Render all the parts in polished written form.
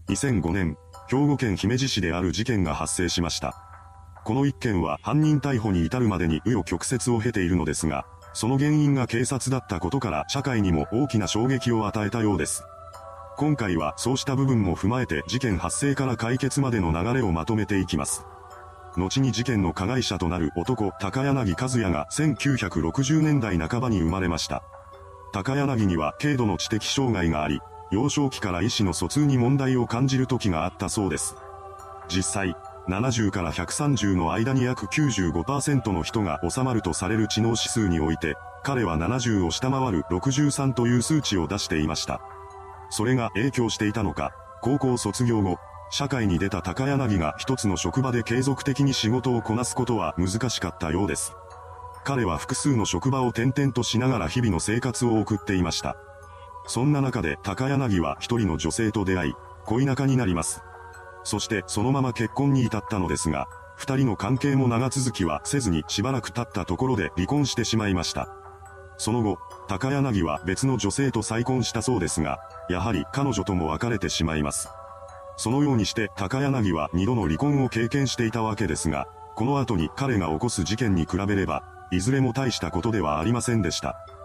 2005年、兵庫県姫路市である事件が発生しました。この一件は犯人逮捕に至るまでに紆余曲折を経ているのですが、その原因が警察だったことから社会にも大きな衝撃を与えたようです。今回はそうした部分も踏まえて事件発生から解決までの流れをまとめていきます。後に事件の加害者となる男高柳和也が1960年代半ばに生まれました。高柳には軽度の知的障害があり、幼少期から意思の疎通に問題を感じる時があったそうです。実際、70から130の間に約 95% の人が収まるとされる知能指数において、彼は70を下回る63という数値を出していました。それが影響していたのか、高校卒業後、社会に出た高柳が一つの職場で継続的に仕事をこなすことは難しかったようです。彼は複数の職場を転々としながら日々の生活を送っていました。そんな中で高柳は一人の女性と出会い、恋仲になります。そしてそのまま結婚に至ったのですが、二人の関係も長続きはせずにしばらく経ったところで離婚してしまいました。その後、高柳は別の女性と再婚したそうですが、やはり彼女とも別れてしまいます。そのようにして高柳は2度の離婚を経験していたわけですが、この後に彼が起こす事件に比べれば、いずれも大したことではありませんでした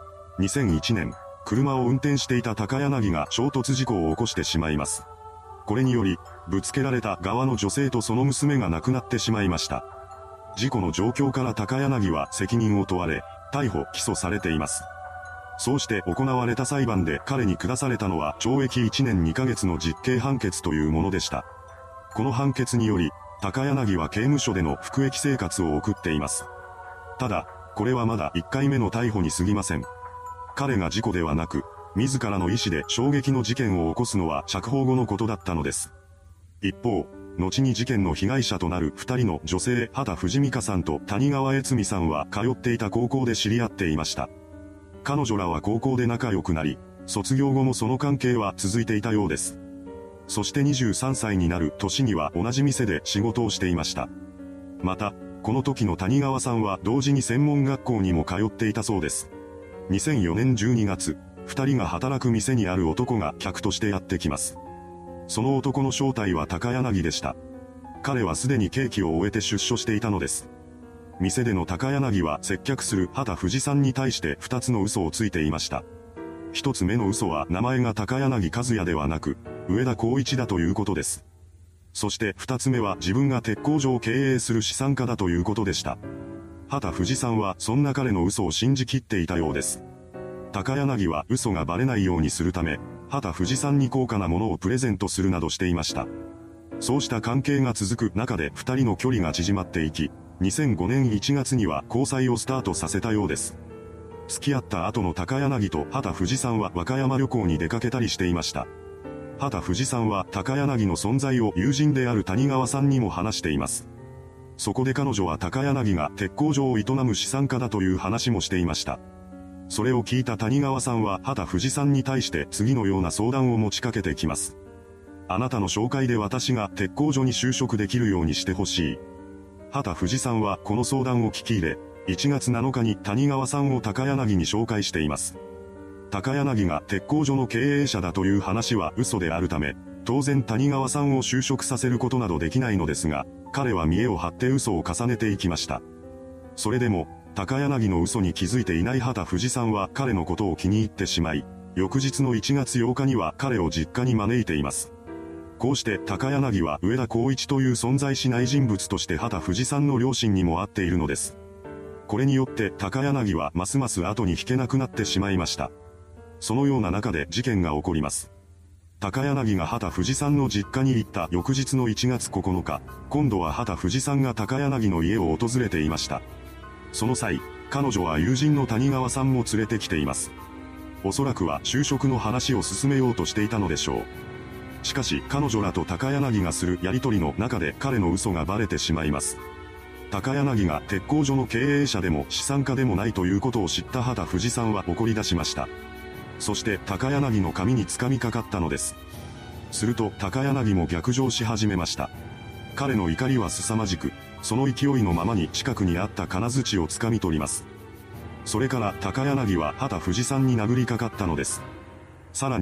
。2001年、車を運転していた高柳が衝突事故を起こしてしまいます。これにより、ぶつけられた側の女性とその娘が亡くなってしまいました。事故の状況から高柳は責任を問われ、逮捕・起訴されています。そうして行われた裁判で彼に下されたのは懲役1年2ヶ月の実刑判決というものでした。この判決により、高柳は刑務所での服役生活を送っています。ただ、これはまだ1回目の逮捕に過ぎません。彼が事故ではなく、自らの意思で衝撃の事件を起こすのは釈放後のことだったのです。一方、後に事件の被害者となる2人の女性畑藤美香さんと谷川悦美さんは通っていた高校で知り合っていました。彼女らは高校で仲良くなり、卒業後もその関係は続いていたようです。そして23歳になる年には同じ店で仕事をしていました。また、この時の谷川さんは同時に専門学校にも通っていたそうです。2004年12月、2人が働く店にある男が客としてやってきます。その男の正体は高柳でした。彼はすでに刑期を終えて出所していたのです。店での高柳は接客する畑藤さんに対して2つの嘘をついていました。1つ目の嘘は名前が高柳和也ではなく、上田光一だということです。そして2つ目は自分が鉄工所を経営する資産家だということでした。畑藤さんはそんな彼の嘘を信じきっていたようです。高柳は嘘がバレないようにするため、畑藤さんに高価なものをプレゼントするなどしていました。そうした関係が続く中で2人の距離が縮まっていき、2005年1月には交際をスタートさせたようです。付き合った後の高柳と畑藤さんは和歌山旅行に出かけたりしていました。畑藤さんは高柳の存在を友人である谷川さんにも話しています。そこで彼女は高柳が鉄工所を営む資産家だという話もしていました。それを聞いた谷川さんは畑藤さんに対して次のような相談を持ちかけてきます。あなたの紹介で私が鉄工所に就職できるようにしてほしい。畑藤さんはこの相談を聞き入れ、1月7日に谷川さんを高柳に紹介しています。高柳が鉄工所の経営者だという話は嘘であるため、当然谷川さんを就職させることなどできないのですが、彼は見栄を張って嘘を重ねていきました。それでも、高柳の嘘に気づいていない畑藤さんは彼のことを気に入ってしまい、翌日の1月8日には彼を実家に招いています。こうして高柳は上田光一という存在しない人物として畑藤さんの両親にも会っているのです。これによって高柳はますます後に引けなくなってしまいました。そのような中で事件が起こります。高柳が畑藤さんの実家に行った翌日の1月9日、今度は畑藤さんが高柳の家を訪れていました。その際、彼女は友人の谷川さんも連れてきています。おそらくは就職の話を進めようとしていたのでしょう。しかし彼女らと高柳がするやりとりの中で彼の嘘がバレてしまいます。高柳が鉄工所の経営者でも資産家でもないということを知った畑藤さんは怒り出しました。そして高柳の髪に掴みかかったのです。すると高柳も逆上し始めました。彼の怒りは凄まじく、その勢いのままに近くにあった金槌を掴み取ります。それから高柳は畑藤さんに殴りかかったのです。さらに、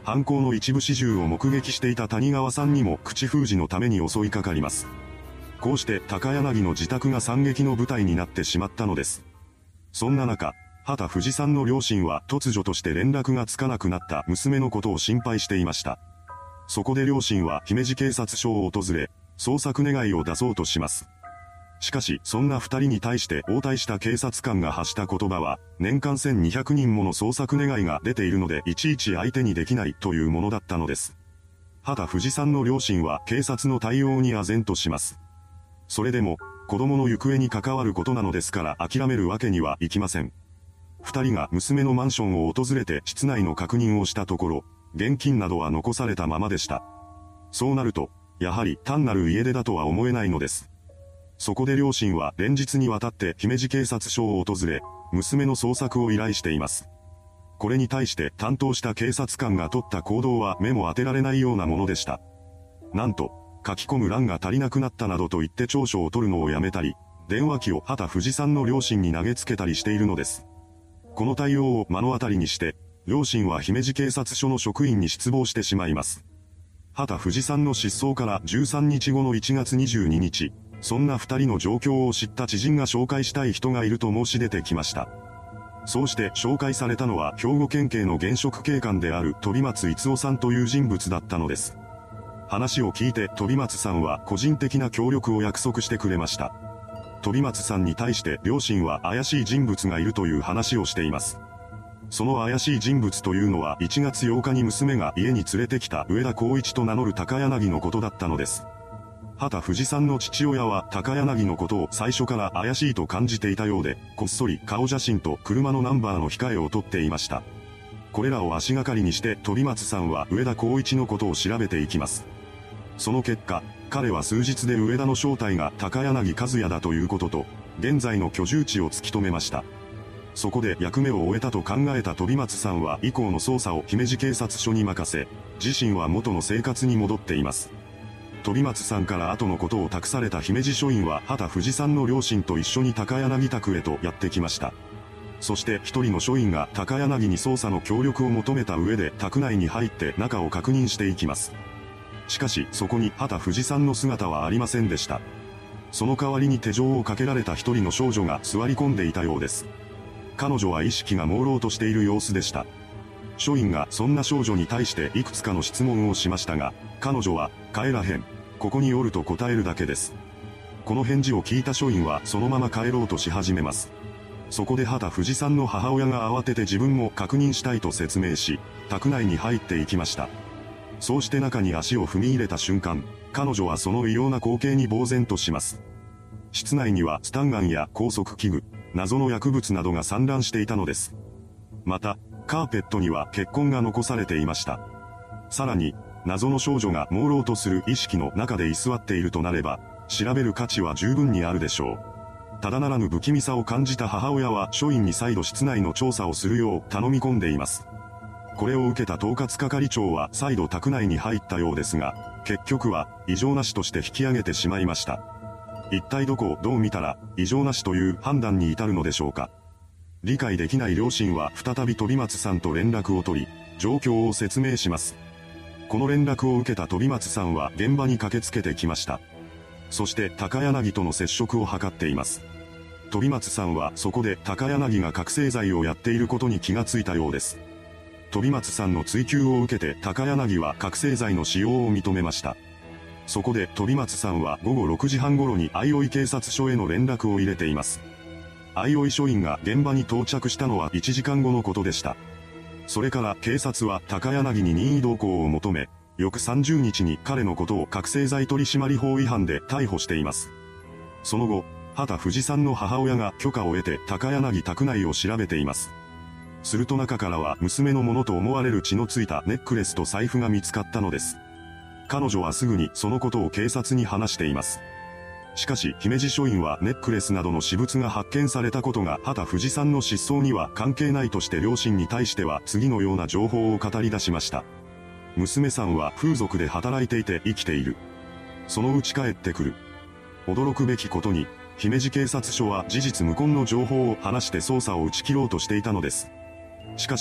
犯行の一部始終を目撃していた谷川さんにも口封じのために襲いかかります。こうして高柳の自宅が惨劇の舞台になってしまったのです。そんな中、畑藤さんの両親は突如として連絡がつかなくなった娘のことを心配していました。そこで両親は姫路警察署を訪れ、捜索願いを出そうとします。しかし、そんな二人に対して応対した警察官が発した言葉は、年間1200人もの捜索願いが出ているのでいちいち相手にできないというものだったのです。畑藤さんの両親は警察の対応に唖然とします。それでも、子供の行方に関わることなのですから諦めるわけにはいきません。二人が娘のマンションを訪れて室内の確認をしたところ、現金などは残されたままでした。そうなると、やはり単なる家出だとは思えないのです。そこで両親は連日にわたって姫路警察署を訪れ、娘の捜索を依頼しています。これに対して担当した警察官が取った行動は目も当てられないようなものでした。なんと、書き込む欄が足りなくなったなどと言って調書を取るのをやめたり、電話機を畑藤さんの両親に投げつけたりしているのです。この対応を目の当たりにして、両親は姫路警察署の職員に失望してしまいます。畑藤さんの失踪から13日後の1月22日、そんな二人の状況を知った知人が紹介したい人がいると申し出てきました。そうして紹介されたのは兵庫県警の現職警官である飛松逸夫さんという人物だったのです。話を聞いて飛松さんは個人的な協力を約束してくれました。飛松さんに対して両親は怪しい人物がいるという話をしています。その怪しい人物というのは1月8日に娘が家に連れてきた上田光一と名乗る高柳のことだったのです。畑藤さんの父親は高柳のことを最初から怪しいと感じていたようで、こっそり顔写真と車のナンバーの控えを取っていました。これらを足がかりにして飛松さんは上田光一のことを調べていきます。その結果、彼は数日で上田の正体が高柳和也だということと、現在の居住地を突き止めました。そこで役目を終えたと考えた飛松さんは以降の捜査を姫路警察署に任せ、自身は元の生活に戻っています。飛松さんから後のことを託された姫路署員は畑藤さんの両親と一緒に高柳宅へとやってきました。そして一人の署員が高柳に捜査の協力を求めた上で宅内に入って中を確認していきます。しかしそこに畑藤さんの姿はありませんでした。その代わりに手錠をかけられた一人の少女が座り込んでいたようです。彼女は意識が朦朧としている様子でした。署員がそんな少女に対していくつかの質問をしましたが、彼女は、帰らへん、ここにおると答えるだけです。この返事を聞いた署員はそのまま帰ろうとし始めます。そこで畑藤さんの母親が慌てて自分も確認したいと説明し、宅内に入っていきました。そうして中に足を踏み入れた瞬間、彼女はその異様な光景に呆然とします。室内にはスタンガンや拘束器具、謎の薬物などが散乱していたのです。また、カーペットには血痕が残されていました。さらに、謎の少女が朦朧とする意識の中で居座っているとなれば、調べる価値は十分にあるでしょう。ただならぬ不気味さを感じた母親は署員に再度室内の調査をするよう頼み込んでいます。これを受けた統括係長は再度宅内に入ったようですが、結局は異常なしとして引き上げてしまいました。一体どこをどう見たら異常なしという判断に至るのでしょうか。理解できない両親は再び飛松さんと連絡を取り、状況を説明します。この連絡を受けた飛松さんは現場に駆けつけてきました。そして高柳との接触を図っています。飛松さんはそこで高柳が覚醒剤をやっていることに気がついたようです。飛松さんの追及を受けて高柳は覚醒剤の使用を認めました。そこで飛松さんは午後6時半頃に相生警察署への連絡を入れています。相生署員が現場に到着したのは1時間後のことでした。それから警察は高柳に任意同行を求め、翌30日に彼のことを覚醒剤取締法違反で逮捕しています。その後、畑藤さんの母親が許可を得て高柳宅内を調べています。すると中からは娘のものと思われる血のついたネックレスと財布が見つかったのです。彼女はすぐにそのことを警察に話しています。しかし姫路署員はネックレスなどの私物が発見されたことが畑藤さんの失踪には関係ないとして両親に対しては次のような情報を語り出しました。娘さんは風俗で働いていて生きている。そのうち帰ってくる。驚くべきことに、姫路警察署は事実無根の情報を話して捜査を打ち切ろうとしていたのです。しかし、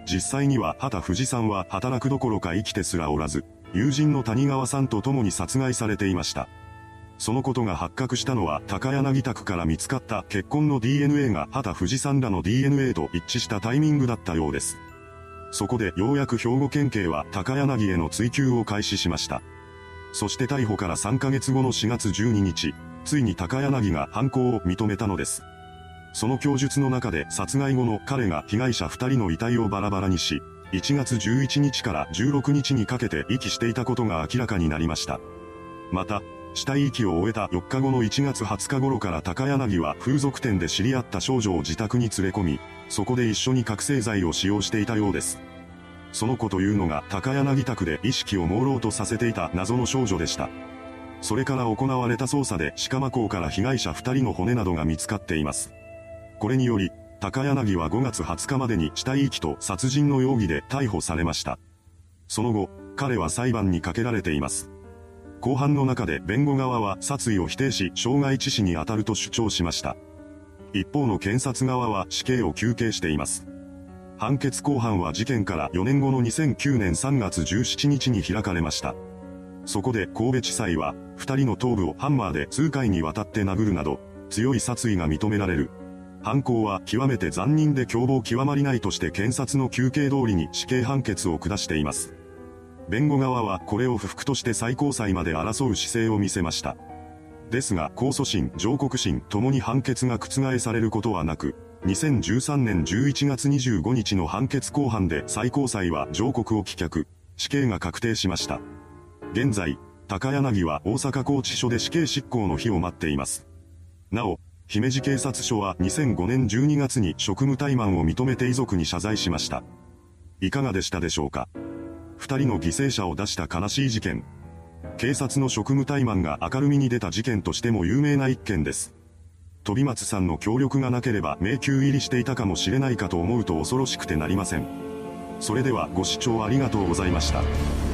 実際には畑藤さんは働くどころか生きてすらおらず、友人の谷川さんと共に殺害されていました。そのことが発覚したのは高柳宅から見つかった血痕の DNA が畑藤さんらの DNA と一致したタイミングだったようです。そこでようやく兵庫県警は高柳への追及を開始しました。そして逮捕から3ヶ月後の4月12日、ついに高柳が犯行を認めたのです。その供述の中で殺害後の彼が被害者2人の遺体をバラバラにし、1月11日から16日にかけて遺棄していたことが明らかになりました。また、死体遺棄を終えた4日後の1月20日頃から高柳は風俗店で知り合った少女を自宅に連れ込み、そこで一緒に覚醒剤を使用していたようです。その子というのが高柳宅で意識を朦朧とさせていた謎の少女でした。それから行われた捜査で鹿間港から被害者2人の骨などが見つかっています。これにより、高柳は5月20日までに死体遺棄と殺人の容疑で逮捕されました。その後、彼は裁判にかけられています。公判の中で弁護側は殺意を否定し傷害致死に当たると主張しました。一方の検察側は死刑を求刑しています。判決公判は事件から4年後の2009年3月17日に開かれました。そこで神戸地裁は、2人の頭部をハンマーで数回にわたって殴るなど、強い殺意が認められる。犯行は極めて残忍で凶暴極まりないとして検察の求刑通りに死刑判決を下しています。弁護側はこれを不服として最高裁まで争う姿勢を見せました。ですが控訴審、上告審ともに判決が覆されることはなく、2013年11月25日の判決公判で最高裁は上告を棄却、死刑が確定しました。現在、高柳は大阪拘置所で死刑執行の日を待っています。なお、姫路警察署は2005年12月に職務怠慢を認めて遺族に謝罪しました。いかがでしたでしょうか。2人の犠牲者を出した悲しい事件。警察の職務怠慢が明るみに出た事件としても有名な一件です。飛松さんの協力がなければ迷宮入りしていたかもしれないかと思うと恐ろしくてなりません。それではご視聴ありがとうございました。